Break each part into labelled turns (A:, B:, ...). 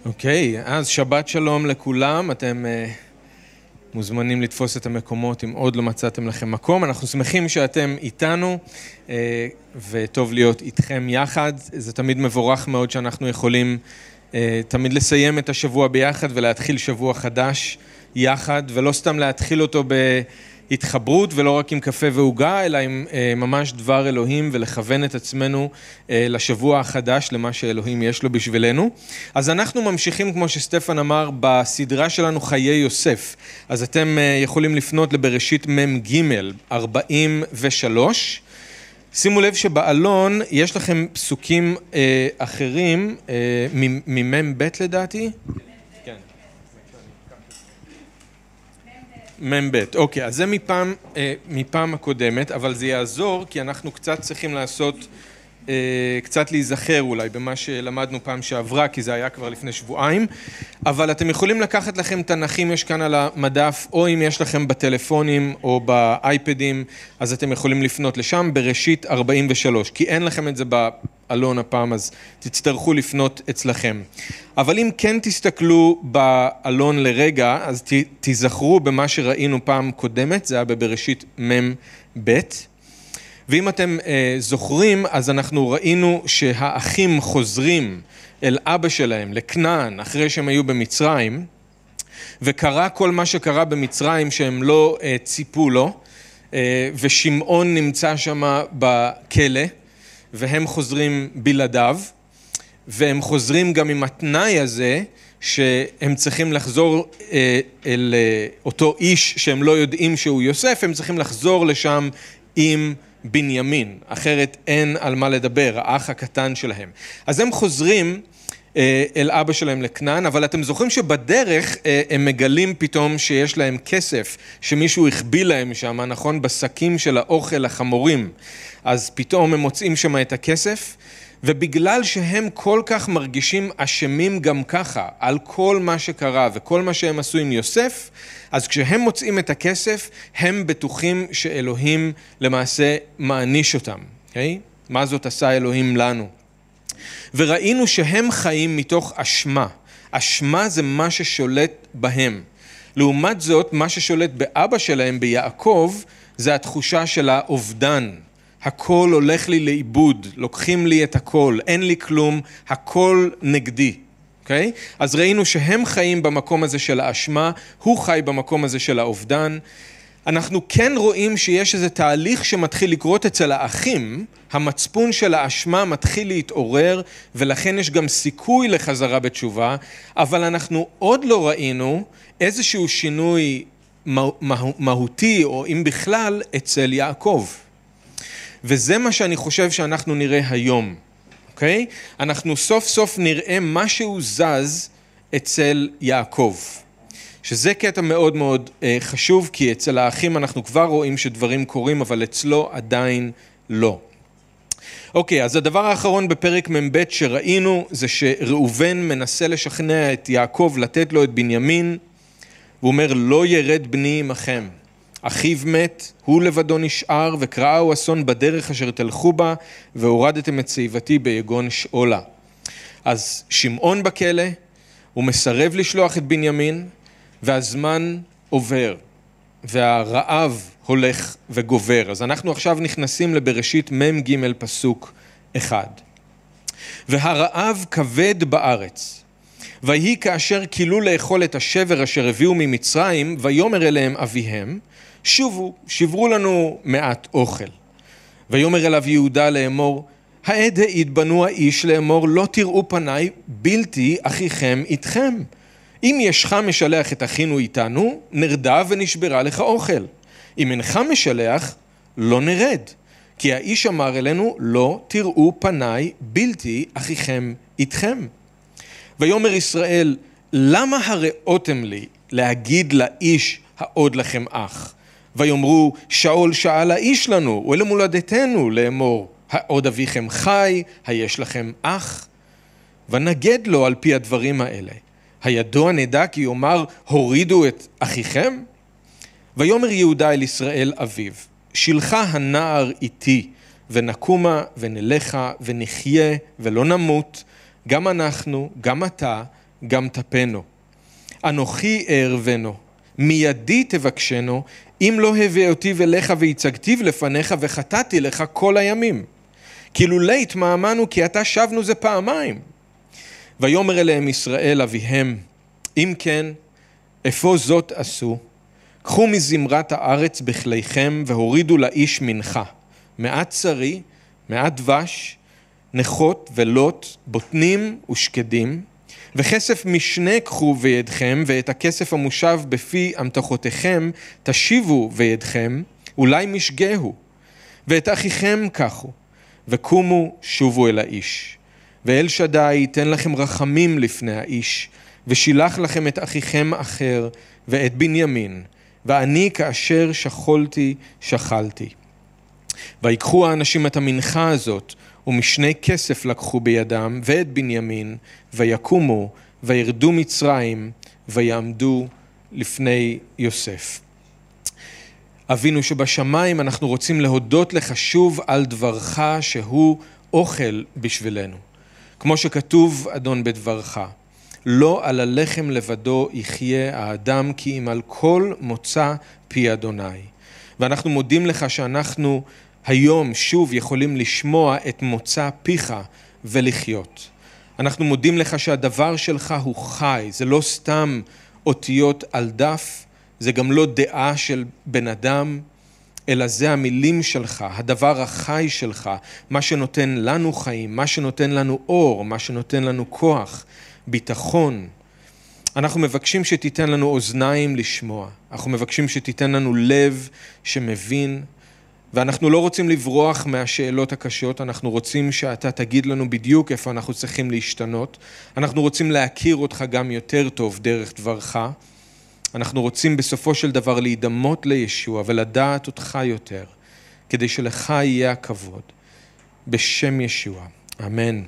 A: אוקיי, אז שבת שלום לכולם, אתם מוזמנים לתפוס את המקומות אם עוד לא מצאתם לכם מקום. אנחנו שמחים שאתם איתנו וטוב להיות איתכם יחד. זה תמיד מבורך מאוד שאנחנו יכולים תמיד לסיים את השבוע ביחד ולהתחיל שבוע חדש יחד, ולא סתם להתחיל אותו בהתחברות ולא רק עם קפה ועוגה, אלא עם ממש דבר אלוהים ולכוון את עצמנו לשבוע החדש, למה שאלוהים יש לו בשבילנו. אז אנחנו ממשיכים, כמו שסטפן אמר, בסדרה שלנו חיי יוסף. אז אתם יכולים לפנות לבראשית מ"ג 43. שימו לב שבאלון יש לכם פסוקים אחרים, ממ"ב לדעתי? כן. מ"ב, אוקיי, אז זה מפעם הקודמת, אבל זה יעזור, כי אנחנו קצת צריכים לעשות, קצת להיזכר אולי במה שלמדנו פעם שעברה, כי זה היה כבר לפני שבועיים, אבל אתם יכולים לקחת לכם תנכים, יש כאן על המדף, או אם יש לכם בטלפונים או באייפדים, אז אתם יכולים לפנות לשם, בראשית 43, כי אין לכם את זה באלון הפעם, אז תצטרכו לפנות אצלכם. אבל אם כן תסתכלו באלון לרגע, אז תזכרו במה שראינו פעם קודמת, זה היה בבראשית מ"ב. ואם אתם זוכרים, אז אנחנו ראינו שהאחים חוזרים אל אבא שלהם, לכנען, אחרי שהם היו במצרים, וקרה כל מה שקרה במצרים שהם לא ציפו לו, ושמעון נמצא שם בכלא, והם חוזרים בלעדיו, והם חוזרים גם עם התנאי הזה, שהם צריכים לחזור אל אותו איש שהם לא יודעים שהוא יוסף, הם צריכים לחזור לשם עם בנימין, אחרת אין על מה לדבר, האח הקטן שלהם. אז הם חוזרים אל אבא שלהם לכנען, אבל אתם זוכרים שבדרך הם מגלים פתאום שיש להם כסף, שמישהו החביא להם שם, נכון? בשקים של האוכל החמורים. אז פתאום הם מוצאים שם את הכסף, ובגלל שהם כל כך מרגישים אשמים גם ככה, על כל מה שקרה וכל מה שהם עשו עם יוסף, אז כשהם מוצאים את הכסף, הם בטוחים שאלוהים למעשה מעניש אותם. Okay? מה זאת עשה אלוהים לנו? וראינו שהם חיים מתוך אשמה. אשמה זה מה ששולט בהם. לעומת זאת, מה ששולט באבא שלהם, ביעקב, זה התחושה של האובדן. הכל הולך לי לאיבוד, לוקחים לי את הכל, אין לי כלום, הכל נגדי. אוקיי? אז ראינו שהם חיים במקום הזה של האשמה, הוא חי במקום הזה של האובדן. אנחנו כן רואים שיש איזה תהליך שמתחיל לקרות אצל האחים, המצפון של האשמה מתחיל להתעורר, ולכן יש גם סיכוי לחזרה בתשובה, אבל אנחנו עוד לא ראינו איזשהו שינוי מהותי, או אם בכלל, אצל יעקב. וזה מה שאני חושב שאנחנו נראה היום. אוקיי? אנחנו סוף סוף נראה משהו זז אצל יעקב. שזה קטע מאוד מאוד חשוב, כי אצל האחים אנחנו כבר רואים שדברים קורים, אבל אצלו עדיין לא. אוקיי, אז הדבר האחרון בפרק מ"ב שראינו, זה שראובן מנסה לשכנע את יעקב לתת לו את בנימין, והוא אומר, לא ירד בני עמכם. אחיו מת, הוא לבדו נשאר, וקראו אסון בדרך אשר תלכו בה, והורדתם את שיבתי ביגון שאולה. אז שמעון בכלא, הוא מסרב לשלוח את בנימין, והזמן עובר, והרעב הולך וגובר. אז אנחנו עכשיו נכנסים לבראשית מ"ג פסוק 1. והרעב כבד בארץ, ויהי כאשר כילו לאכול את השבר אשר הביאו ממצרים, ויאמר אליהם אביהם, שובו, שברו לנו מעט אוכל. ויאמר אליו יהודה לאמור, העד העיד בנו האיש לאמור, לא תראו פניי בלתי אחיכם איתכם. אם ישך משלח את אחינו איתנו, נרדה ונשברה לך אוכל. אם אינך משלח, לא נרד. כי האיש אמר אלינו, לא תראו פניי בלתי אחיכם איתכם. ויאמר ישראל, למה הראותם לי להגיד לאיש העוד לכם אח? ויאמרו, שאול שאל האיש לנו, ולמולדתנו לאמור, העוד אביכם חי, היש לכם אח? ונגד לו על פי הדברים האלה. הידוע נדע כי יאמר, הורידו את אחיכם? ויאמר יהודה אל ישראל אביו, שילחה הנער איתי, ונקומה ונלכה ונחיה ולא נמות, גם אנחנו, גם אתה גם תפנו. אנוכי אערבנו, מידי תבקשנו, אם לא הביאותיו אליך והצגתיו לפניך וחטאתי לך כל הימים. כי לולא התמהמהנו כי אתה שבנו זה פעמיים. ויאמר אליהם ישראל אביהם, אם כן, איפה זאת עשו? קחו מזמרת הארץ בכליכם והורידו לאיש מנחה, מעט צרי, מעט דבש, נחות ולוט, בוטנים ושקדים, וכסף משנה קחו בידכם, ואת הכסף המושב בפי אמתחותיכם תשיבו בידכם, אולי משגהו, ואת אחיכם קחו, וקומו שובו אל האיש. ואל שדי ייתן לכם רחמים לפני האיש, ושילח לכם את אחיכם אחר, ואת בנימין, ואני כאשר שכלתי שכלתי. ויקחו האנשים את המנחה הזאת, ומשנה כסף לקחו בידם, ואת בנימין, ויקומו, וירדו מצרים, ויעמדו לפני יוסף. אבינו שבשמיים, אנחנו רוצים להודות לך שוב על דברך שהוא אוכל בשבילנו. כמו שכתוב, אדון, בדברך, לא על הלחם לבדו יחיה האדם, כי אם על כל מוצא פי אדוני. ואנחנו מודים לך שאנחנו היום שוב יכולים לשמוע את מוצא פיך ולחיות. אנחנו מודים לך שהדבר שלך הוא חי, זה לא סתם אותיות על דף, זה גם לא דעה של בן אדם, אלא זה המילים שלך, הדבר החי שלך, מה שנותן לנו חיים, מה שנותן לנו אור, מה שנותן לנו כוח, ביטחון. אנחנו מבקשים שתיתן לנו אוזניים לשמוע, אנחנו מבקשים שתיתן לנו לב שמבין, ואנחנו לא רוצים לברוח מהשאלות הקשות, אנחנו רוצים שאתה תגיד לנו בדיוק איפה אנחנו צריכים להשתנות, אנחנו רוצים להכיר אותך גם יותר טוב דרך דברך, אנחנו רוצים בסופו של דבר להידמות לישוע ולדעת אותך יותר, כדי שלך יהיה הכבוד, בשם ישוע, אמן.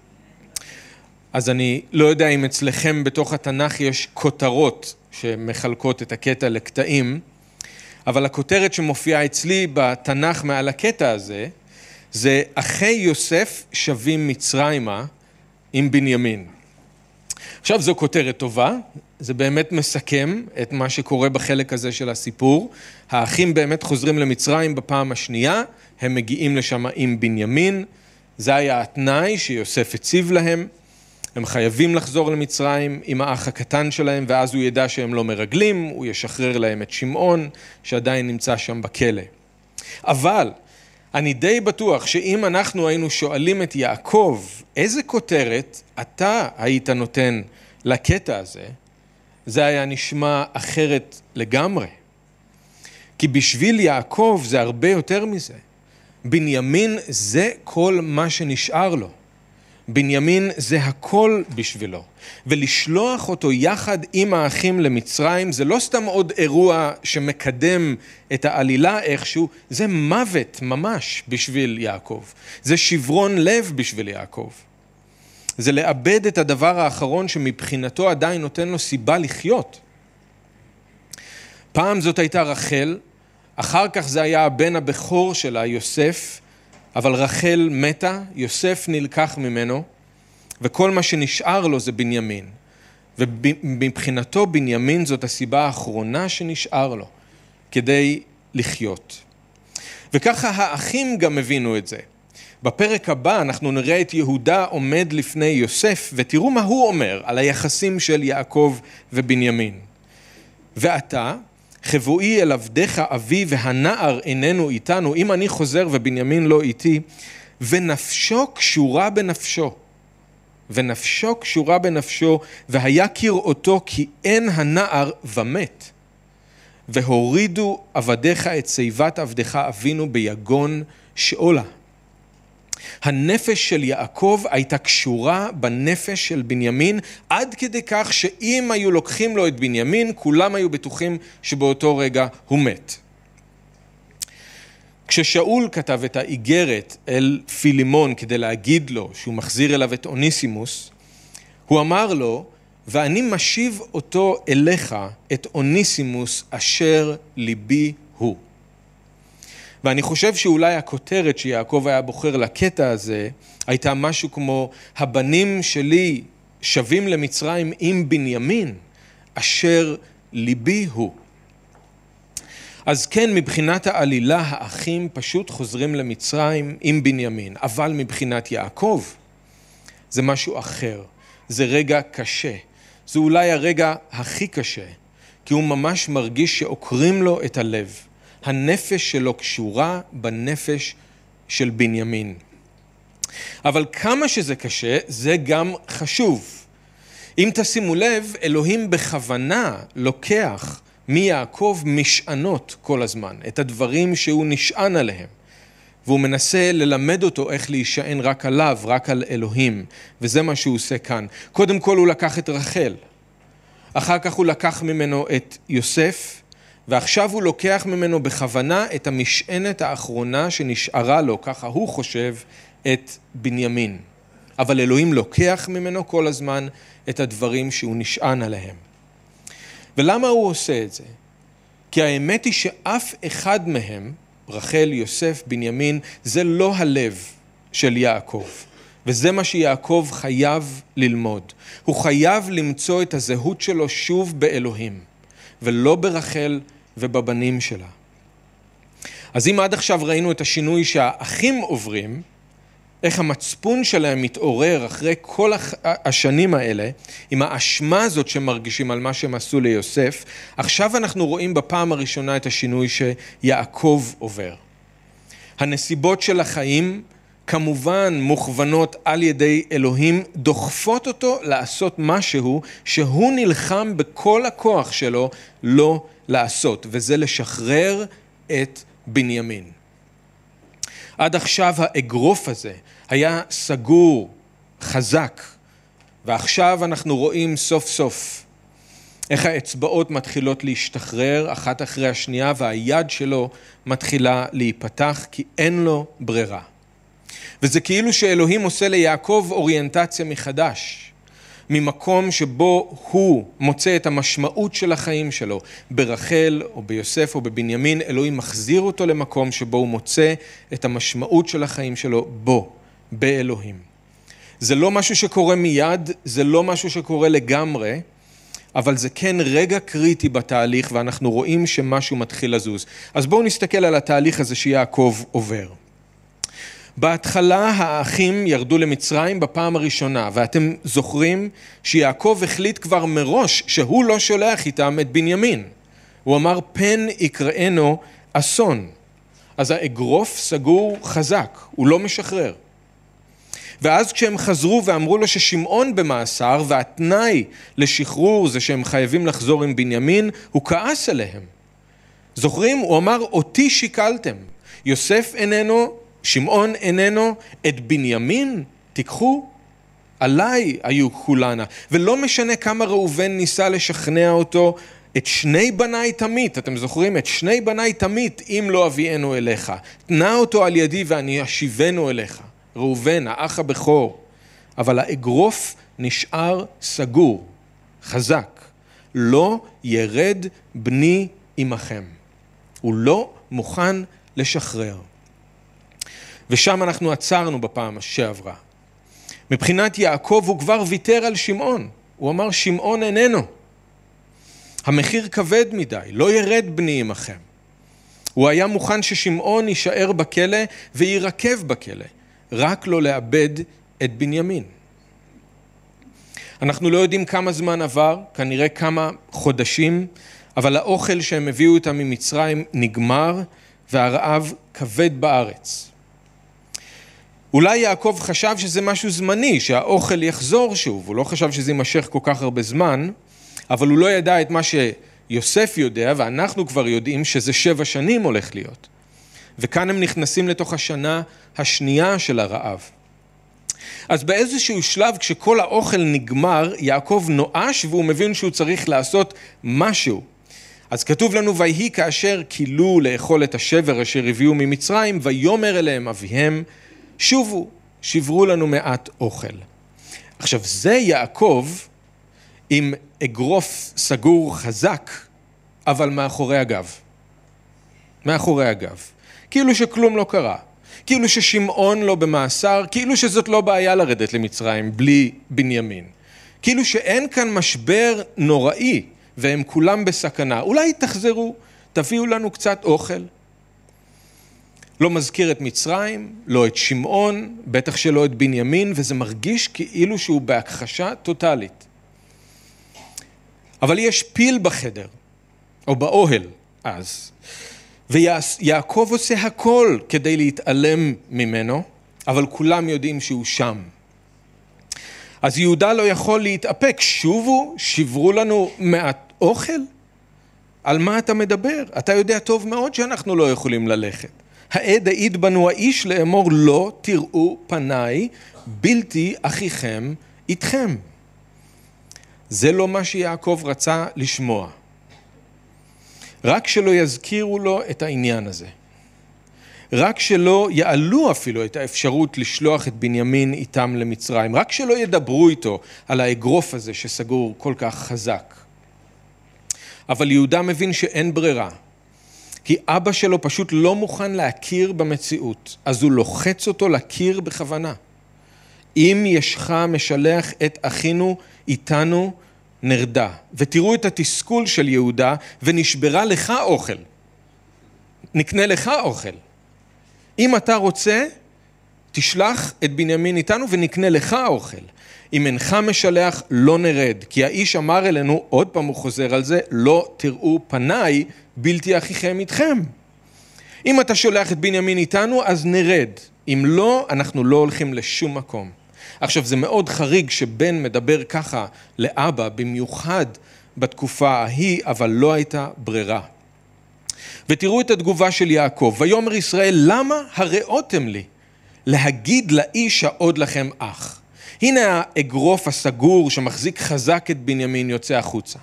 A: אז אני לא יודע אם אצלכם בתוך התנ"ך יש כותרות שמחלקות את הקטע לקטעים, אבל הכותרת שמופיעה אצלי בתנ"ך מעל הקטע הזה, זה אחי יוסף שבים מצרימה עם בנימין. עכשיו זו כותרת טובה, זה באמת מסכם את מה שקורה בחלק הזה של הסיפור. האחים באמת חוזרים למצרים בפעם השנייה, הם מגיעים לשם עם בנימין, זה היה התנאי שיוסף הציב להם, הם חייבים לחזור למצרים עם האח הקטן שלהם, ואז הוא ידע שהם לא מרגלים, הוא ישחרר להם את שמעון, שעדיין נמצא שם בכלא. אבל אני די בטוח שאם אנחנו היינו שואלים את יעקב, איזה כותרת אתה היית נותן לקטע הזה, זה היה נשמע אחרת לגמרי. כי בשביל יעקב זה הרבה יותר מזה. בנימין זה כל מה שנשאר לו. בנימין זה הכל בשבילו, ולשלוח אותו יחד עם האחים למצרים, זה לא סתם עוד אירוע שמקדם את העלילה איכשהו, זה מוות ממש בשביל יעקב, זה שברון לב בשביל יעקב, זה לאבד את הדבר האחרון שמבחינתו עדיין נותן לו סיבה לחיות. פעם זאת הייתה רחל, אחר כך זה היה הבן הבכור שלה, יוסף, אבל רחל מתה, יוסף נלקח ממנו, וכל מה שנשאר לו זה בנימין. ומבחינתו בנימין זאת הסיבה האחרונה שנשאר לו, כדי לחיות. וככה האחים גם הבינו את זה. בפרק הבא אנחנו נראה את יהודה עומד לפני יוסף, ותראו מה הוא אומר על היחסים של יעקב ובנימין. ואתה, חבואי אל עבדך אבי והנער איננו איתנו, אם אני חוזר ובנימין לא איתי, ונפשו קשורה בנפשו, ונפשו קשורה בנפשו, והיה כראותו כי אין הנער ומת, והורידו עבדיך את שיבת עבדך אבינו ביגון שאולה. הנפש של יעקב הייתה קשורה בנפש של בנימין, עד כדי כך שאם היו לוקחים לו את בנימין, כולם היו בטוחים שבאותו רגע הוא מת. כששאול כתב את האיגרת אל פילימון כדי להגיד לו שהוא מחזיר אליו את אוניסימוס, הוא אמר לו, ואני משיב אותו אליך, את אוניסימוס אשר ליבי הוא. ואני חושב שאולי הכותרת שיעקב היה בוחר לקטע הזה, הייתה משהו כמו, הבנים שלי שבים למצרים עם בנימין, אשר ליבי הוא. אז כן, מבחינת העלילה, האחים פשוט חוזרים למצרים עם בנימין, אבל מבחינת יעקב, זה משהו אחר. זה רגע קשה. זה אולי הרגע הכי קשה, כי הוא ממש מרגיש שעוקרים לו את הלב. הנפש שלו קשורה בנפש של בנימין. אבל כמה שזה קשה, זה גם חשוב. אם תשימו לב, אלוהים בכוונה לוקח מיעקב משענות כל הזמן, את הדברים שהוא נשען עליהם. והוא מנסה ללמד אותו איך להישען רק עליו, רק על אלוהים. וזה מה שהוא עושה כאן. קודם כל הוא לקח את רחל. אחר כך הוא לקח ממנו את יוסף, ועכשיו הוא לוקח ממנו בכוונה את המשענת האחרונה שנשארה לו, ככה הוא חושב, את בנימין. אבל אלוהים לוקח ממנו כל הזמן את הדברים שהוא נשען עליהם. ולמה הוא עושה את זה? כי האמת היא שאף אחד מהם, רחל, יוסף, בנימין, זה לא הלב של יעקב. וזה מה שיעקב חייב ללמוד. הוא חייב למצוא את הזהות שלו שוב באלוהים, ולא ברחל ובבנים שלה. אז אם עד עכשיו ראינו את השינוי שהאחים עוברים, איך המצפון שלהם מתעורר אחרי כל השנים האלה, עם האשמה הזאת שמרגישים על מה שהם עשו ליוסף, עכשיו אנחנו רואים בפעם הראשונה את השינוי שיעקב עובר. הנסיבות של החיים, כמובן מוכוונות על ידי אלוהים, דוחפות אותו לעשות משהו שהוא נלחם בכל הכוח שלו לא לעשות, וזה לשחרר את בנימין. עד עכשיו האגרוף הזה היה סגור, חזק, ועכשיו אנחנו רואים סוף סוף איך האצבעות מתחילות להשתחרר אחת אחרי השנייה, והיד שלו מתחילה להיפתח כי אין לו ברירה. וזה כאילו שאלוהים עושה ליעקב אוריינטציה מחדש, ממקום שבו הוא מוצא את המשמעות של החיים שלו, ברחל או ביוסף או בבנימין, אלוהים מחזיר אותו למקום שבו הוא מוצא את המשמעות של החיים שלו בו, באלוהים. זה לא משהו שקורה מיד, זה לא משהו שקורה לגמרי, אבל זה כן רגע קריטי בתהליך, ואנחנו רואים שמשהו מתחיל לזוז. אז בואו נסתכל על התהליך הזה שיעקב עובר. בהתחלה האחים ירדו למצרים בפעם הראשונה, ואתם זוכרים שיעקב החליט כבר מראש שהוא לא שולח איתם את בנימין. הוא אמר פן יקראנו אסון. אז האגרוף סגור חזק, הוא לא משחרר. ואז כשהם חזרו ואמרו לו ששמעון במאסר, והתנאי לשחרור זה שהם חייבים לחזור עם בנימין, הוא כעס עליהם. זוכרים? הוא אמר, אותי שיקלתם. יוסף איננו, שמעון איננו, את בנימין תיקחו, עליי היו כולנה. ולא משנה כמה ראובן ניסה לשכנע אותו, את שני בניי תמית, אתם זוכרים? את שני בניי תמית, אם לא אביאנו אליך. תנה אותו על ידי ואני אשיבנו אליך. ראובן, האח הבכור. אבל האגרוף נשאר סגור, חזק. לא ירד בני עמכם. הוא לא מוכן לשחרר. ושם אנחנו עצרנו בפעם שעברה. מבחינת יעקב הוא כבר ויתר על שמעון. הוא אמר שמעון איננו. המחיר כבד מדי, לא ירד בני עמכם. הוא היה מוכן ששמעון יישאר בכלא וירקב בכלא, רק לא לאבד את בנימין. אנחנו לא יודעים כמה זמן עבר, כנראה כמה חודשים, אבל האוכל שהם הביאו אותם ממצרים נגמר והרעב כבד בארץ. אולי יעקב חשב שזה משהו זמני, שהאוכל יחזור שוב, הוא לא חשב שזה יימשך כל כך הרבה זמן, אבל הוא לא ידע את מה שיוסף יודע, ואנחנו כבר יודעים שזה 7 שנים הולך להיות. וכאן הם נכנסים לתוך השנה השנייה של הרעב. אז באיזשהו שלב, כשכל האוכל נגמר, יעקב נואש והוא מבין שהוא צריך לעשות משהו. אז כתוב לנו, ויהי כאשר כילו לאכול את השבר אשר הביאו ממצרים, ויאמר אליהם אביהם, שובו, שברו לנו מעט אוכל. עכשיו זה יעקב עם אגרוף סגור חזק, אבל מאחורי הגב. מאחורי הגב. כאילו שכלום לא קרה. כאילו ששמעון לא במאסר, כאילו שזאת לא בעיה לרדת למצרים בלי בנימין. כאילו שאין כאן משבר נוראי, והם כולם בסכנה. אולי תחזרו, תביאו לנו קצת אוכל. לא מזכיר את מצרים, לא את שמעון, בטח שלא את בנימין, וזה מרגיש כאילו שהוא בהכחשה טוטלית. אבל יש פיל בחדר, או באוהל אז, ויעקב עושה הכל כדי להתעלם ממנו, אבל כולם יודעים שהוא שם. אז יהודה לא יכול להתאפק, שובו, שברו לנו מעט אוכל? על מה אתה מדבר? אתה יודע טוב מאוד שאנחנו לא יכולים ללכת. העד העיד בנו האיש לאמור לא תראו פניי בלתי אחיכם איתכם. זה לא מה שיעקב רצה לשמוע. רק שלא יזכירו לו את העניין הזה. רק שלא יעלו אפילו את האפשרות לשלוח את בנימין איתם למצרים. רק שלא ידברו איתו על האגרוף הזה שסגור כל כך חזק. אבל יהודה מבין שאין ברירה. כי אבא שלו פשוט לא מוכן להכיר במציאות. אז הוא לוחץ אותו להכיר בכוונה. אם ישך משלח את אחינו איתנו נרדה. ותראו את התסכול של יהודה, ונשברה לך אוכל. נקנה לך אוכל. אם אתה רוצה, תשלח את בנימין איתנו ונקנה לך אוכל. אם אינך משלח, לא נרד. כי האיש אמר אלינו, עוד פעם הוא חוזר על זה, לא תראו פניי בלתי אחיכם איתכם. אם אתה שולח את בנימין איתנו, אז נרד. אם לא, אנחנו לא הולכים לשום מקום. עכשיו, זה מאוד חריג שבן מדבר ככה לאבא, במיוחד בתקופה ההיא, אבל לא הייתה ברירה. ותראו את התגובה של יעקב. ויאמר ישראל, למה הראותם לי להגיד לאיש העוד לכם אח? הנה האגרוף הסגור שמחזיק חזק את בנימין יוצא החוצה.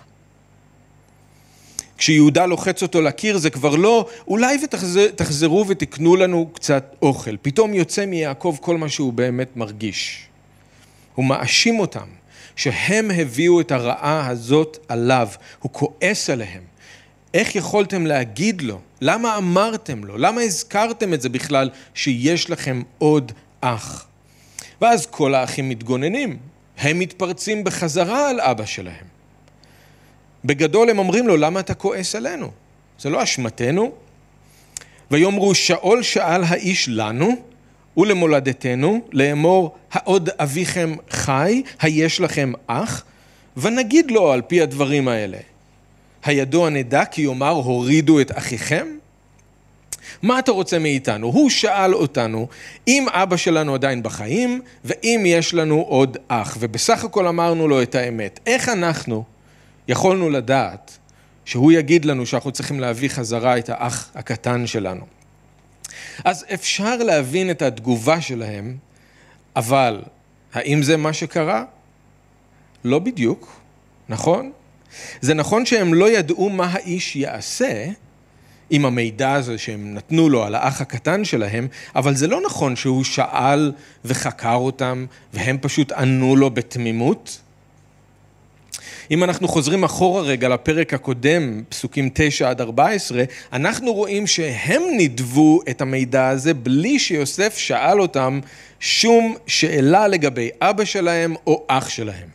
A: כשיהודה לוחץ אותו לקיר זה כבר לא, אולי ותחזרו ותקנו לנו קצת אוכל. פתאום יוצא מיעקב כל מה שהוא באמת מרגיש. הוא מאשים אותם שהם הביאו את הרעה הזאת עליו. הוא כועס עליהם. איך יכולתם להגיד לו? למה אמרתם לו? למה הזכרתם את זה בכלל שיש לכם עוד אח? ואז כל האחים מתגוננים. הם מתפרצים בחזרה על אבא שלהם. בגדול הם אומרים לו, למה אתה כועס עלינו? זה לא אשמתנו. ויאמרו, שאול שאל האיש לנו ולמולדתנו, לאמור, העוד אביכם חי, היש לכם אח? ונגיד לו על פי הדברים האלה. הידוע נדע כי יאמר, הורידו את אחיכם? מה אתה רוצה מאיתנו? הוא שאל אותנו, אם אבא שלנו עדיין בחיים, ואם יש לנו עוד אח, ובסך הכל אמרנו לו את האמת. איך אנחנו יכולנו לדעת שהוא יגיד לנו שאנחנו צריכים להביא חזרה את האח הקטן שלנו? אז אפשר להבין את התגובה שלהם, אבל האם זה מה שקרה? לא בדיוק, נכון? זה נכון שהם לא ידעו מה האיש יעשה עם המידע הזה שהם נתנו לו על האח הקטן שלהם, אבל זה לא נכון שהוא שאל וחקר אותם והם פשוט ענו לו בתמימות. אם אנחנו חוזרים אחורה רגע לפרק הקודם, פסוקים 9-14, אנחנו רואים שהם נדבו את המידע הזה בלי שיוסף שאל אותם שום שאלה לגבי אבא שלהם או אח שלהם.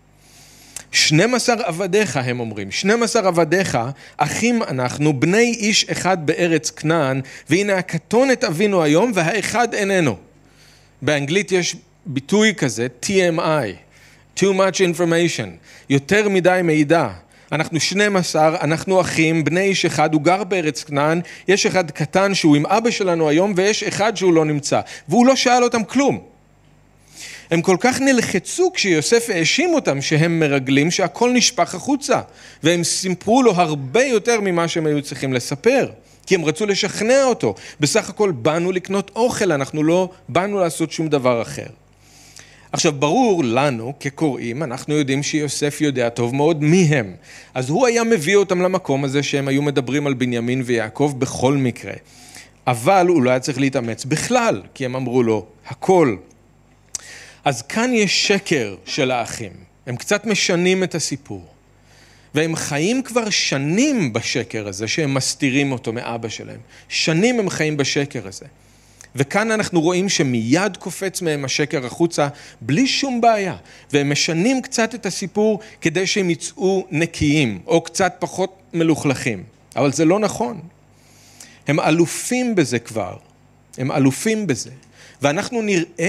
A: 12 עבדיך, הם אומרים, 12 עבדיך, אחים אנחנו, בני איש אחד בארץ כנען, והנה הקטון את אבינו היום והאחד איננו. באנגלית יש ביטוי כזה, TMI, too much information, יותר מדי מידע. אנחנו 12, אנחנו אחים, בני איש אחד, הוא גר בארץ כנען, יש אחד קטן שהוא עם אבא שלנו היום, ויש אחד שהוא לא נמצא, והוא לא שאל אותם כלום. הם כל כך נלחצו כשיוסף האשים אותם שהם מרגלים שהכל נשפך החוצה, והם סיפרו לו הרבה יותר ממה שהם היו צריכים לספר, כי הם רצו לשכנע אותו. בסך הכל באנו לקנות אוכל, אנחנו לא באנו לעשות שום דבר אחר. עכשיו ברור לנו כקוראים, אנחנו יודעים שיוסף יודע טוב מאוד מי הם. אז הוא היה מביא אותם למקום הזה שהם היו מדברים על בנימין ויעקב בכל מקרה. אבל הוא לא היה צריך להתאמץ בכלל, כי הם אמרו לו הכל. אז כאן יש שקר של האחים. הם קצת משנים את הסיפור. והם חיים כבר שנים בשקר הזה, שהם מסתירים אותו מאבא שלהם. שנים הם חיים בשקר הזה. וכאן אנחנו רואים שמיד קופץ מהם השקר החוצה, בלי שום בעיה. והם משנים קצת את הסיפור כדי שהם יצאו נקיים, או קצת פחות מלוכלכים. אבל זה לא נכון. הם אלופים בזה כבר. הם אלופים בזה. ואנחנו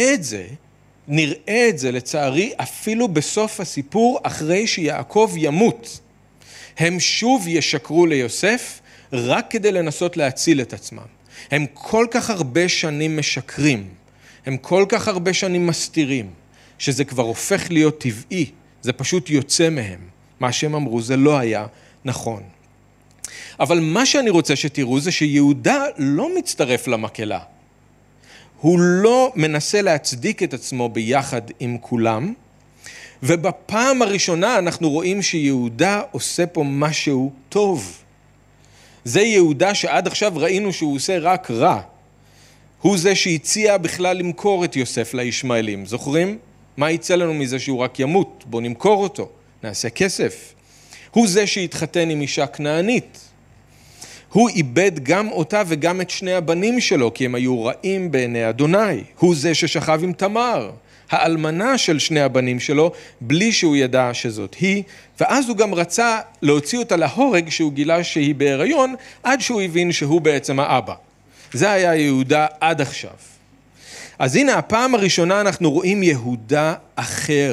A: נראה את זה לצערי אפילו בסוף הסיפור אחרי שיעקב ימות. הם שוב ישקרו ליוסף רק כדי לנסות להציל את עצמם. הם כל כך הרבה שנים משקרים, הם כל כך הרבה שנים מסתירים, שזה כבר הופך להיות טבעי, זה פשוט יוצא מהם. מה שהם אמרו זה לא היה נכון. אבל מה שאני רוצה שתראו זה שיהודה לא מצטרף למקהלה. הוא לא מנסה להצדיק את עצמו ביחד עם כולם, ובפעם הראשונה אנחנו רואים שיהודה עושה פה משהו טוב. זה יהודה שעד עכשיו ראינו שהוא עושה רק רע. הוא זה שהציע בכלל למכור את יוסף לישמעאלים. זוכרים? מה יצא לנו מזה שהוא רק ימות? בוא נמכור אותו, נעשה כסף. הוא זה שהתחתן עם אישה כנענית. הוא איבד גם אותה וגם את שני הבנים שלו, כי הם היו רעים בעיני אדוני. הוא זה ששכב עם תמר, האלמנה של שני הבנים שלו, בלי שהוא ידע שזאת היא, ואז הוא גם רצה להוציא אותה להורג כשהוא גילה שהיא בהיריון, עד שהוא הבין שהוא בעצם האבא. זה היה יהודה עד עכשיו. אז הנה, הפעם הראשונה אנחנו רואים יהודה אחר.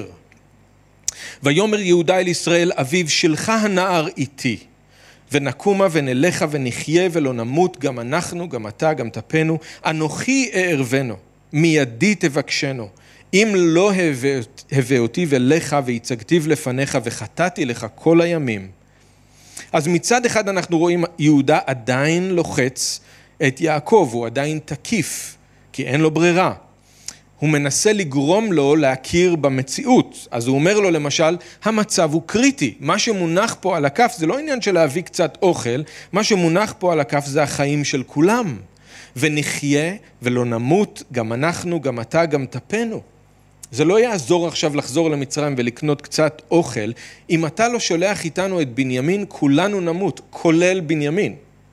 A: ויאמר יהודה אל ישראל, אביו שלך הנער איתי, ונקומה ונלכה ונחיה ולא נמות, גם אנחנו, גם אתה, גם תפנו, אנוכי אערבנו, מידי תבקשנו. אם לא הבאותי ולך והצגתיו לפניך וחטאתי לך כל הימים. אז מצד אחד אנחנו רואים יהודה עדיין לוחץ את יעקב, הוא עדיין תקיף, כי אין לו ברירה. הוא מנסה לגרום לו להכיר במציאות. אז הוא אומר לו למשל, המצב הוא קריטי. מה שמונח פה על הכף זה לא עניין של להביא קצת אוכל, מה שמונח פה על הכף זה החיים של כולם. ונחיה ולא נמות, גם אנחנו, גם אתה, גם תפנו. זה לא יעזור עכשיו לחזור למצרים ולקנות קצת אוכל. אם אתה לא שולח איתנו את בנימין, כולנו נמות, כולל בנימין.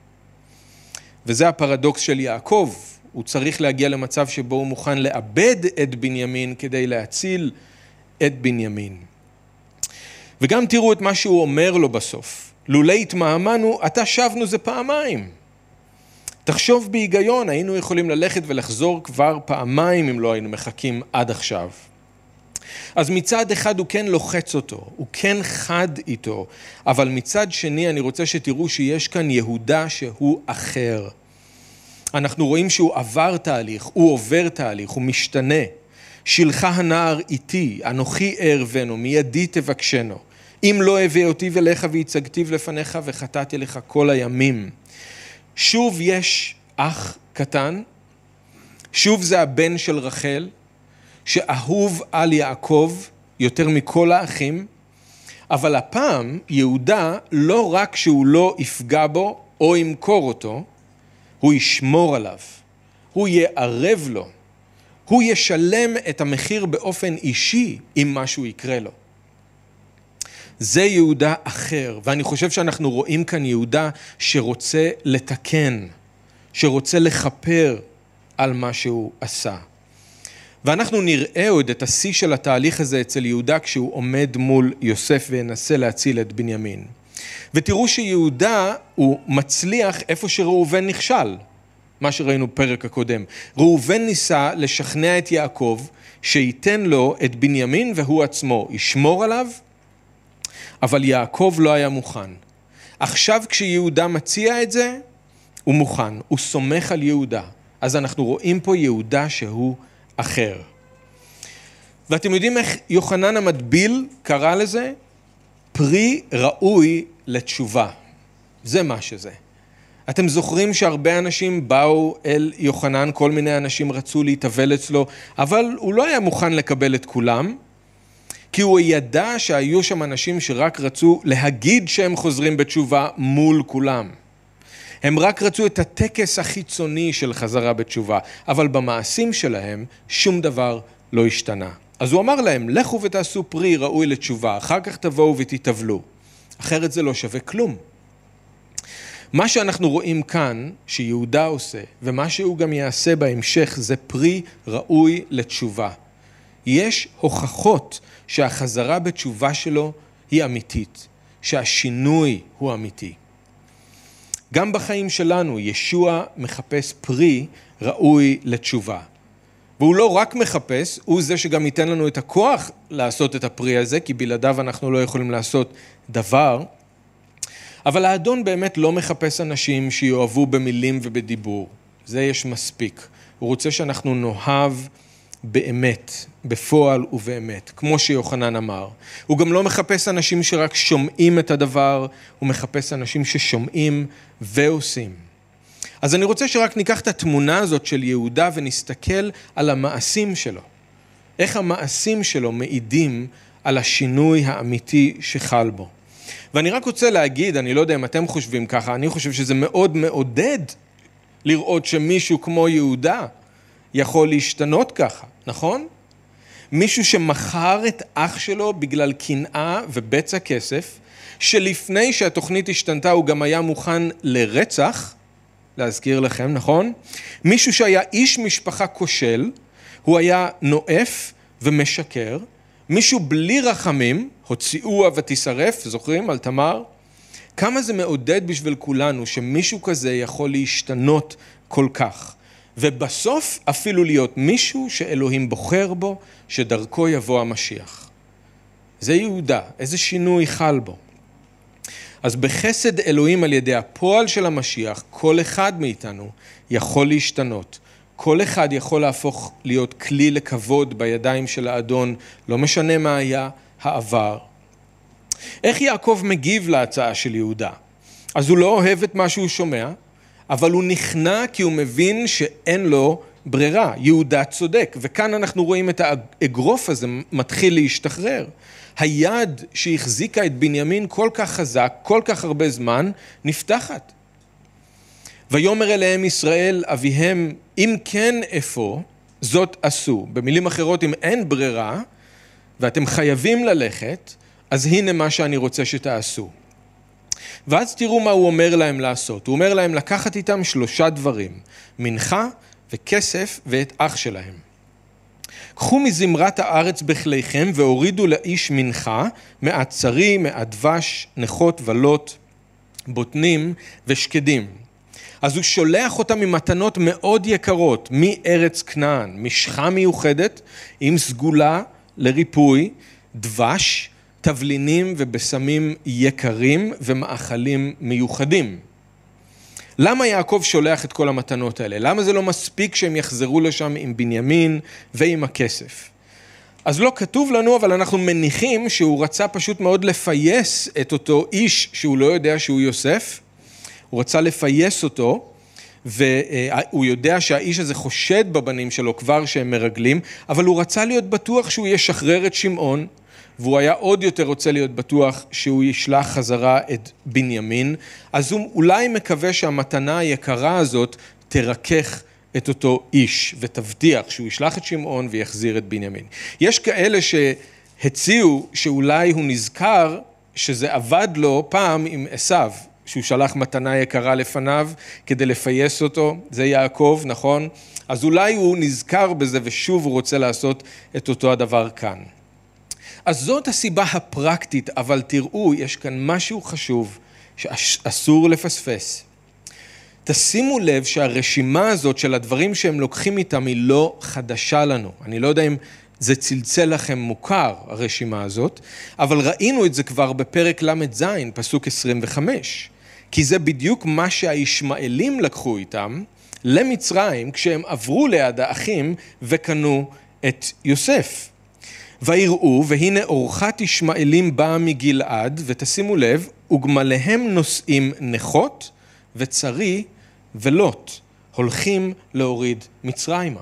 A: וזה הפרדוקס של יעקב. הוא צריך להגיע למצב שבו הוא מוכן לאבד את בנימין כדי להציל את בנימין. וגם תראו את מה שהוא אומר לו בסוף. לולא התמהמנו, אתה שבנו זה פעמיים. תחשוב בהיגיון, היינו יכולים ללכת ולחזור כבר פעמיים אם לא היינו מחכים עד עכשיו. אז מצד אחד הוא כן לוחץ אותו, הוא כן חד איתו, אבל מצד שני אני רוצה שתראו שיש כאן יהודה שהוא אחר. אנחנו רואים שהוא עבר תהליך, הוא עובר תהליך, הוא משתנה. שלך הנער איתי, אנוכי אערבנו, מידי תבקשנו. אם לא הביא אותי ולך והצגתיו לפניך וחטאתי לך כל הימים. שוב יש אח קטן, שוב זה הבן של רחל, שאהוב על יעקב יותר מכל האחים, אבל הפעם יהודה לא רק שהוא לא יפגע בו או ימכור אותו, הוא ישמור עליו, הוא יערב לו, הוא ישלם את המחיר באופן אישי אם משהו יקרה לו. זה יהודה אחר, ואני חושב שאנחנו רואים כאן יהודה שרוצה לתקן, שרוצה לכפר על מה שהוא עשה. ואנחנו נראה עוד את השיא של התהליך הזה אצל יהודה כשהוא עומד מול יוסף וינסה להציל את בנימין. ותראו שיהודה הוא מצליח איפה שראובן נכשל, מה שראינו בפרק הקודם. ראובן ניסה לשכנע את יעקב שייתן לו את בנימין והוא עצמו ישמור עליו, אבל יעקב לא היה מוכן. עכשיו כשיהודה מציע את זה, הוא מוכן, הוא סומך על יהודה. אז אנחנו רואים פה יהודה שהוא אחר. ואתם יודעים איך יוחנן המטביל קרא לזה? פרי ראוי לתשובה. זה מה שזה. אתם זוכרים שהרבה אנשים באו אל יוחנן, כל מיני אנשים רצו להתאבל אצלו, אבל הוא לא היה מוכן לקבל את כולם, כי הוא ידע שהיו שם אנשים שרק רצו להגיד שהם חוזרים בתשובה מול כולם. הם רק רצו את הטקס החיצוני של חזרה בתשובה, אבל במעשים שלהם שום דבר לא השתנה. אז הוא אמר להם, לכו ותעשו פרי ראוי לתשובה, אחר כך תבואו ותתאבלו. אחרת זה לא שווה כלום. מה שאנחנו רואים כאן, שיהודה עושה, ומה שהוא גם יעשה בהמשך, זה פרי ראוי לתשובה. יש הוכחות שהחזרה בתשובה שלו היא אמיתית, שהשינוי הוא אמיתי. גם בחיים שלנו ישוע מחפש פרי ראוי לתשובה. והוא לא רק מחפש, הוא זה שגם ייתן לנו את הכוח לעשות את הפרי הזה, כי בלעדיו אנחנו לא יכולים לעשות דבר. אבל האדון באמת לא מחפש אנשים שיאהבו במילים ובדיבור. זה יש מספיק. הוא רוצה שאנחנו נאהב באמת, בפועל ובאמת, כמו שיוחנן אמר. הוא גם לא מחפש אנשים שרק שומעים את הדבר, הוא מחפש אנשים ששומעים ועושים. אז אני רוצה שרק ניקח את התמונה הזאת של יהודה ונסתכל על המעשים שלו. איך המעשים שלו מעידים על השינוי האמיתי שחל בו. ואני רק רוצה להגיד, אני לא יודע אם אתם חושבים ככה, אני חושב שזה מאוד מעודד לראות שמישהו כמו יהודה יכול להשתנות ככה, נכון? מישהו שמכר את אח שלו בגלל קנאה ובצע כסף, שלפני שהתוכנית השתנתה הוא גם היה מוכן לרצח, להזכיר לכם, נכון? מישהו שהיה איש משפחה כושל, הוא היה נואף ומשקר, מישהו בלי רחמים, הוציאוה ותשרף, זוכרים על תמר? כמה זה מעודד בשביל כולנו שמישהו כזה יכול להשתנות כל כך. ובסוף אפילו להיות מישהו שאלוהים בוחר בו, שדרכו יבוא המשיח. זה יהודה, איזה שינוי חל בו. אז בחסד אלוהים על ידי הפועל של המשיח, כל אחד מאיתנו יכול להשתנות. כל אחד יכול להפוך להיות כלי לכבוד בידיים של האדון, לא משנה מה היה העבר. איך יעקב מגיב להצעה של יהודה? אז הוא לא אוהב את מה שהוא שומע, אבל הוא נכנע כי הוא מבין שאין לו ברירה. יהודה צודק, וכאן אנחנו רואים את האגרוף הזה מתחיל להשתחרר. היד שהחזיקה את בנימין כל כך חזק, כל כך הרבה זמן, נפתחת. ויאמר אליהם ישראל, אביהם, אם כן איפה, זאת עשו. במילים אחרות, אם אין ברירה, ואתם חייבים ללכת, אז הנה מה שאני רוצה שתעשו. ואז תראו מה הוא אומר להם לעשות. הוא אומר להם לקחת איתם 3 דברים, מנחה וכסף ואת אח שלהם. קחו מזמרת הארץ בכליכם והורידו לאיש מנחה, מעט צרי, מעט דבש, נחות ולוט, בוטנים ושקדים. אז הוא שולח אותם ממתנות מאוד יקרות, מארץ כנען, משחה מיוחדת עם סגולה לריפוי, דבש, תבלינים ובשמים יקרים ומאכלים מיוחדים. למה יעקב שולח את כל המתנות האלה? למה זה לא מספיק שהם יחזרו לשם עם בנימין ועם הכסף? אז לא כתוב לנו, אבל אנחנו מניחים שהוא רצה פשוט מאוד לפייס את אותו איש שהוא לא יודע שהוא יוסף. הוא רצה לפייס אותו, והוא יודע שהאיש הזה חושד בבנים שלו כבר שהם מרגלים, אבל הוא רצה להיות בטוח שהוא ישחרר את שמעון, והוא היה עוד יותר רוצה להיות בטוח שהוא ישלח חזרה את בנימין, אז הוא אולי מקווה שהמתנה היקרה הזאת תרכך את אותו איש, ותבטיח שהוא ישלח את שמעון ויחזיר את בנימין. יש כאלה שהציעו שאולי הוא נזכר שזה עבד לו פעם עם עשיו, שהוא שלח מתנה יקרה לפניו כדי לפייס אותו, זה יעקב, נכון? אז אולי הוא נזכר בזה ושוב הוא רוצה לעשות את אותו הדבר כאן. אז זאת הסיבה הפרקטית, אבל תראו, יש כאן משהו חשוב שאסור לפספס. תשימו לב שהרשימה הזאת של הדברים שהם לוקחים איתם היא לא חדשה לנו. אני לא יודע אם זה צלצל לכם מוכר, הרשימה הזאת, אבל ראינו את זה כבר בפרק ל"ז, פסוק 25. כי זה בדיוק מה שהישמעאלים לקחו איתם למצרים, כשהם עברו ליד האחים וקנו את יוסף. ויראו, והנה אורחת ישמעאלים באה מגלעד, ותשימו לב, וגמליהם נושאים נחות וצרי ולוט, הולכים להוריד מצרימה.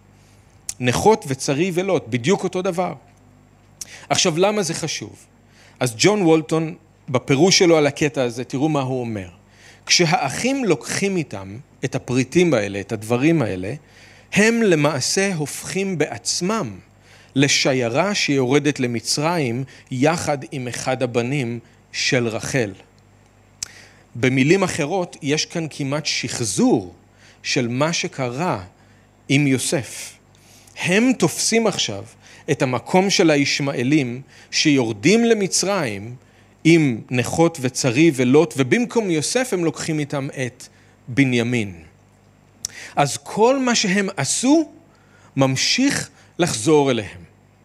A: נחות וצרי ולוט, בדיוק אותו דבר. עכשיו, למה זה חשוב? אז ג'ון וולטון, בפירוש שלו על הקטע הזה, תראו מה הוא אומר. כשהאחים לוקחים איתם את הפריטים האלה, את הדברים האלה, הם למעשה הופכים בעצמם לשיירה שיורדת למצרים יחד עם אחד הבנים של רחל. במילים אחרות, יש כאן כמעט שחזור של מה שקרה עם יוסף. הם תופסים עכשיו את המקום של הישמעאלים שיורדים למצרים עם נכות וצרי ולוט, ובמקום יוסף הם לוקחים איתם את בנימין. אז כל מה שהם עשו ממשיך לחזור אליהם.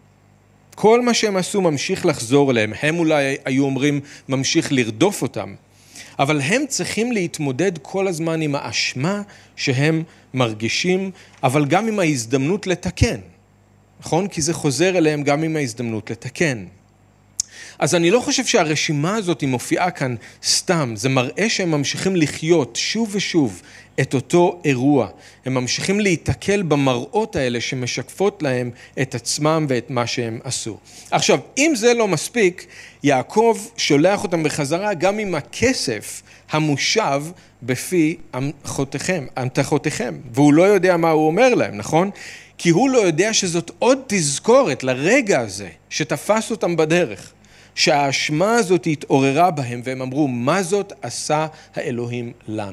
A: כל מה שהם עשו ממשיך לחזור אליהם. הם אולי היו אומרים ממשיך לרדוף אותם, אבל הם צריכים להתמודד כל הזמן עם האשמה שהם מרגישים, אבל גם עם ההזדמנות לתקן. נכון? כי זה חוזר אליהם גם עם ההזדמנות לתקן. אז אני לא חושב שהרשימה הזאת היא מופיעה כאן סתם. זה מראה שהם ממשיכים לחיות שוב ושוב את אותו אירוע. הם ממשיכים להתקל במראות האלה שמשקפות להם את עצמם ואת מה שהם עשו. עכשיו, אם זה לא מספיק, יעקב שולח אותם בחזרה גם עם הכסף המושב בפי אמתחותיכם. והוא לא יודע מה הוא אומר להם, נכון? כי הוא לא יודע שזאת עוד תזכורת לרגע הזה שתפס אותם בדרך. שהאשמה הזאת התעוררה בהם והם אמרו, מה זאת עשה האלוהים לנו?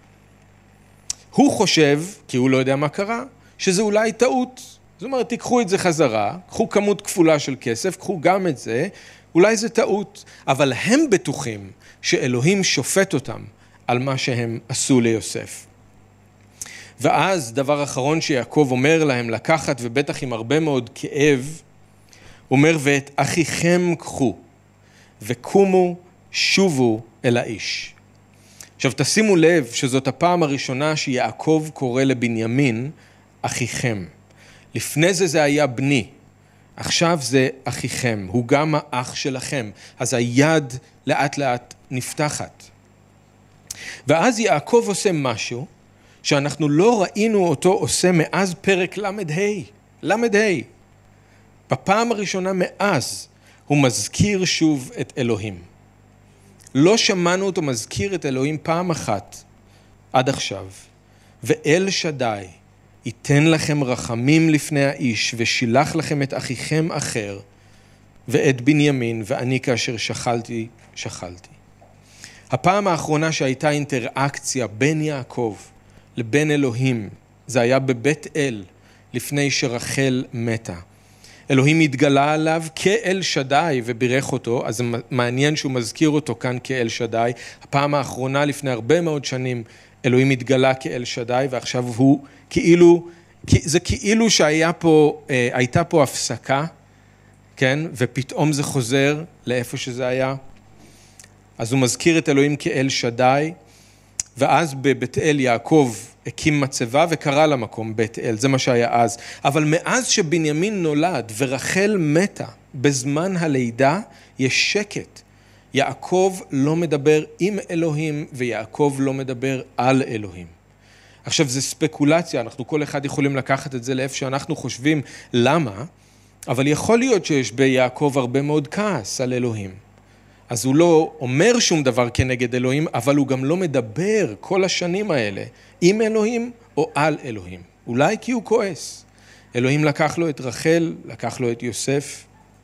A: הוא חושב, כי הוא לא יודע מה קרה, שזה אולי טעות. זאת אומרת, תיקחו את זה חזרה, קחו כמות כפולה של כסף, קחו גם את זה, אולי זה טעות. אבל הם בטוחים שאלוהים שופט אותם על מה שהם עשו ליוסף. ואז דבר אחרון שיעקב אומר להם לקחת, ובטח עם הרבה מאוד כאב, אומר, ואת אחיכם קחו, וקומו שובו אל האיש. עכשיו תשימו לב שזאת הפעם הראשונה שיעקב קורא לבנימין אחיכם. לפני זה היה בני, עכשיו זה אחיכם, הוא גם האח שלכם. אז היד לאט לאט נפתחת. ואז יעקב עושה משהו שאנחנו לא ראינו אותו עושה מאז פרק למד ה'. בפעם הראשונה מאז הוא מזכיר שוב את אלוהים. לא שמענו אותו מזכיר את אלוהים פעם אחת עד עכשיו. ואל שדי ייתן לכם רחמים לפני האיש ושילח לכם את אחיכם אחר ואת בנימין ואני כאשר שכלתי. הפעם האחרונה שהייתה אינטראקציה בין יעקב לבין אלוהים זה היה בבית אל לפני שרחל מתה. אלוהים התגלה עליו כאל שדי ובירך אותו, אז זה מעניין שהוא מזכיר אותו כאן כאל שדי. הפעם האחרונה לפני הרבה מאוד שנים אלוהים התגלה כאל שדי, ועכשיו הוא כאילו, זה כאילו הייתה פה הפסקה, כן? ופתאום זה חוזר לאיפה שזה היה. אז הוא מזכיר את אלוהים כאל שדי, ואז בבית אל יעקב הקים מצבה וקרא למקום בית אל, זה מה שהיה אז. אבל מאז שבנימין נולד ורחל מתה, בזמן הלידה יש שקט. יעקב לא מדבר עם אלוהים ויעקב לא מדבר על אלוהים. עכשיו זה ספקולציה, אנחנו כל אחד יכולים לקחת את זה לאיפה שאנחנו חושבים למה, אבל יכול להיות שיש ביעקב הרבה מאוד כעס על אלוהים. אז הוא לא אומר שום דבר כנגד אלוהים, אבל הוא גם לא מדבר כל השנים האלה עם אלוהים או על אלוהים. אולי כי הוא כועס. אלוהים לקח לו את רחל, לקח לו את יוסף.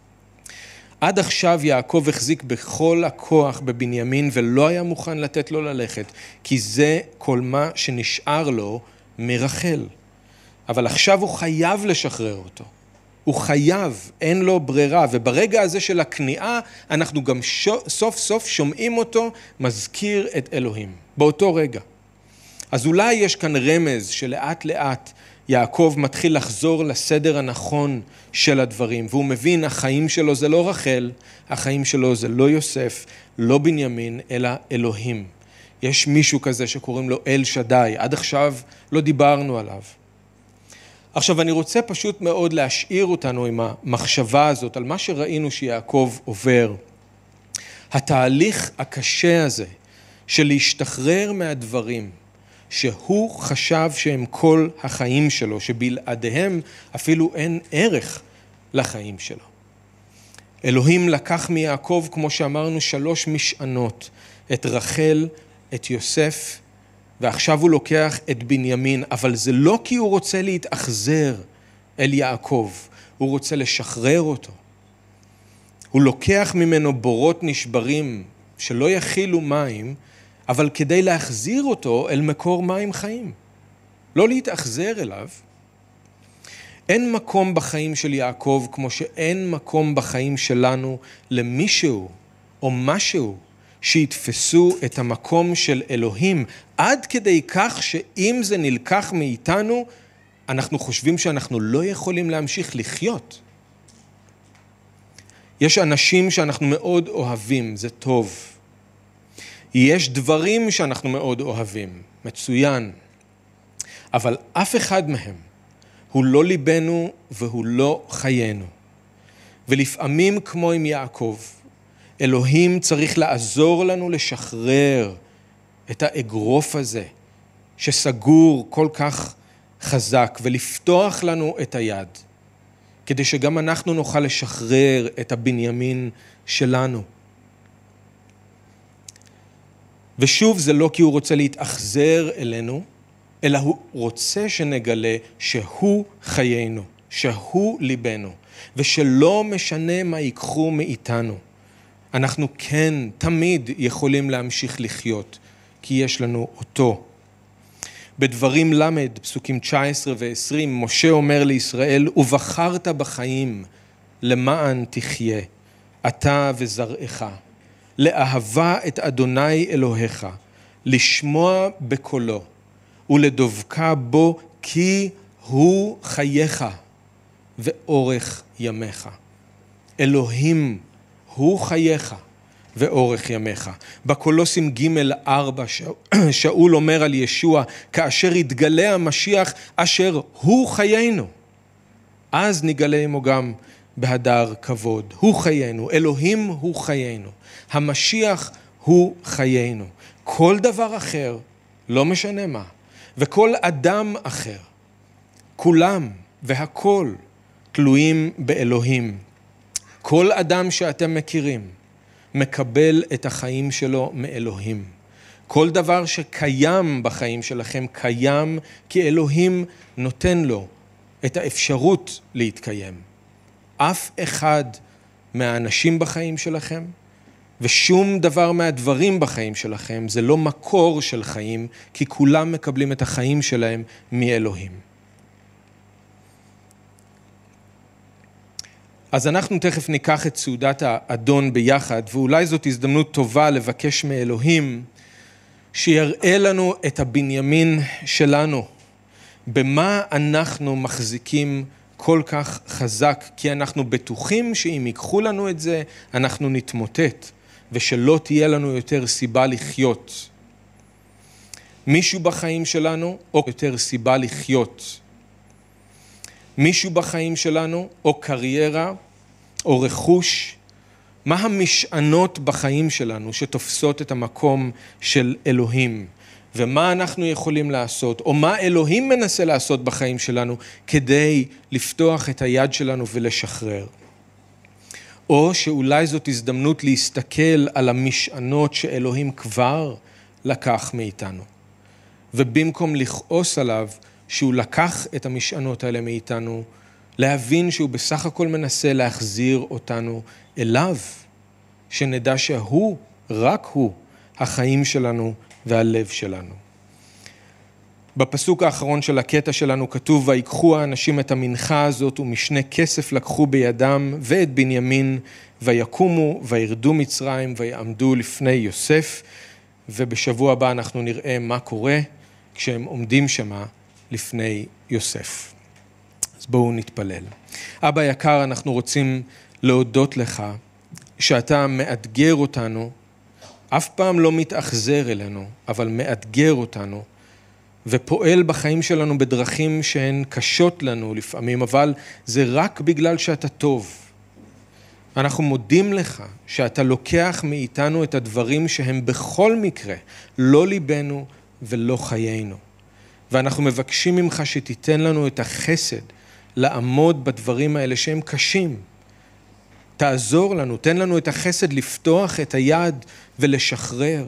A: עד עכשיו יעקב החזיק בכל הכוח בבנימין ולא היה מוכן לתת לו ללכת, כי זה כל מה שנשאר לו מרחל. אבל עכשיו הוא חייב לשחרר אותו. הוא חייב, אין לו ברירה, וברגע הזה של הכניעה, אנחנו גם סוף סוף שומעים אותו, מזכיר את אלוהים, באותו רגע. אז אולי יש כאן רמז שלאט לאט יעקב מתחיל לחזור לסדר הנכון של הדברים, והוא מבין החיים שלו זה לא רחל, החיים שלו זה לא יוסף, לא בנימין, אלא אלוהים. יש מישהו כזה שקוראים לו אל שדי, עד עכשיו לא דיברנו עליו. עכשיו אני רוצה פשוט מאוד להשאיר אותנו עם המחשבה הזאת על מה שראינו שיעקב עובר. התהליך הקשה הזה של להשתחרר מהדברים שהוא חשב שהם כל החיים שלו, שבלעדיהם אפילו אין ערך לחיים שלו. אלוהים לקח מיעקב, כמו שאמרנו, 3 משענות, את רחל, את יוסף, ועכשיו הוא לוקח את בנימין, אבל זה לא כי הוא רוצה להתאכזר אל יעקב, הוא רוצה לשחרר אותו. הוא לוקח ממנו בורות נשברים שלא יכילו מים, אבל כדי להחזיר אותו אל מקור מים חיים. לא להתאכזר אליו. אין מקום בחיים של יעקב כמו שאין מקום בחיים שלנו למישהו או משהו שיתפסו את המקום של אלוהים, עד כדי כך שאם זה נלקח מאיתנו, אנחנו חושבים שאנחנו לא יכולים להמשיך לחיות. יש אנשים שאנחנו מאוד אוהבים, זה טוב. יש דברים שאנחנו מאוד אוהבים, מצוין. אבל אף אחד מהם הוא לא ליבנו והוא לא חיינו. ולפעמים כמו עם יעקב, אלוהים צריך לעזור לנו לשחרר את האגרוף הזה שסגור כל כך חזק ולפתוח לנו את היד, כדי שגם אנחנו נוכל לשחרר את הבנימין שלנו. ושוב, זה לא כי הוא רוצה להתאכזר אלינו, אלא הוא רוצה שנגלה שהוא חיינו, שהוא ליבנו, ושלא משנה מה ייקחו מאיתנו. אנחנו כן תמיד יכולים להמשיך לחיות, כי יש לנו אותו. בדברים למד, פסוקים 19 ו-20, משה אומר לישראל, ובחרת בחיים למען תחיה, אתה וזרעך, לאהבה את אדוני אלוהיך, לשמוע בקולו, ולדבקה בו כי הוא חייך ואורך ימיך. אלוהים הוא חייך ואורך ימיך. בקולוסים ג' 4 שאול אומר על ישוע, כאשר יתגלה המשיח אשר הוא חיינו, אז נגלה עמו גם בהדר כבוד. הוא חיינו, אלוהים הוא חיינו, המשיח הוא חיינו. כל דבר אחר, לא משנה מה, וכל אדם אחר, כולם והכל תלויים באלוהים. כל אדם שאתם מכירים מקבל את החיים שלו מאלוהים. כל דבר שקיים בחיים שלכם קיים כי אלוהים נותן לו את האפשרות להתקיים. אף אחד מהאנשים בחיים שלכם ושום דבר מהדברים בחיים שלכם זה לא מקור של חיים, כי כולם מקבלים את החיים שלהם מאלוהים. אז אנחנו תכף ניקח את סעודת האדון ביחד, ואולי זאת הזדמנות טובה לבקש מאלוהים שיראה לנו את הבנימין שלנו, במה אנחנו מחזיקים כל כך חזק, כי אנחנו בטוחים שאם ייקחו לנו את זה, אנחנו נתמוטט, ושלא תהיה לנו יותר סיבה לחיות. מישהו בחיים שלנו, או יותר סיבה לחיות. מישהו בחיים שלנו, או קריירה, או רכוש. מה המשענות בחיים שלנו שתופסות את המקום של אלוהים? ומה אנחנו יכולים לעשות, או מה אלוהים מנסה לעשות בחיים שלנו, כדי לפתוח את היד שלנו ולשחרר. או שאולי זאת הזדמנות להסתכל על המשענות שאלוהים כבר לקח מאיתנו. ובמקום לכעוס עליו שהוא לקח את המשענות האלה מאיתנו, להבין שהוא בסך הכל מנסה להחזיר אותנו אליו, שנדע שהוא, רק הוא, החיים שלנו והלב שלנו. בפסוק האחרון של הקטע שלנו כתוב, ויקחו האנשים את המנחה הזאת ומשנה כסף לקחו בידם ואת בנימין, ויקומו וירדו מצרים ויעמדו לפני יוסף, ובשבוע הבא אנחנו נראה מה קורה כשהם עומדים שמה לפני יוסף. אז בואו נתפלל. אבא יקר, אנחנו רוצים להודות לך שאתה מאתגר אותנו, אף פעם לא מתאכזר אלינו, אבל מאתגר אותנו, ופועל בחיים שלנו בדרכים שהן קשות לנו לפעמים, אבל זה רק בגלל שאתה טוב. אנחנו מודים לך שאתה לוקח מאיתנו את הדברים שהם בכל מקרה לא ליבנו ולא חיינו. ואנחנו מבקשים ממך שתיתן לנו את החסד לעמוד בדברים האלה שהם קשים. תעזור לנו, תן לנו את החסד לפתוח את היד ולשחרר.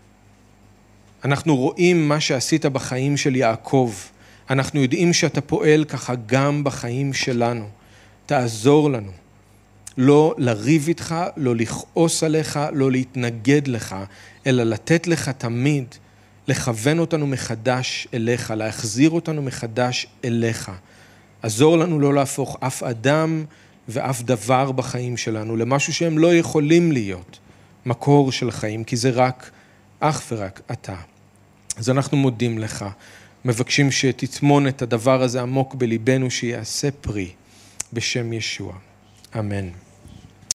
A: אנחנו רואים מה שעשית בחיים של יעקב. אנחנו יודעים שאתה פועל ככה גם בחיים שלנו. תעזור לנו לא לריב איתך, לא לכעוס עליך, לא להתנגד לך, אלא לתת לך תמיד, לכוון אותנו מחדש אליך, להחזיר אותנו מחדש אליך. עזור לנו לא להפוך אף אדם ואף דבר בחיים שלנו למשהו שהם לא יכולים להיות מקור של חיים, כי זה רק, אך ורק אתה. אז אנחנו מודים לך, מבקשים שתטמון את הדבר הזה עמוק בליבנו, שיעשה פרי בשם ישוע. אמן.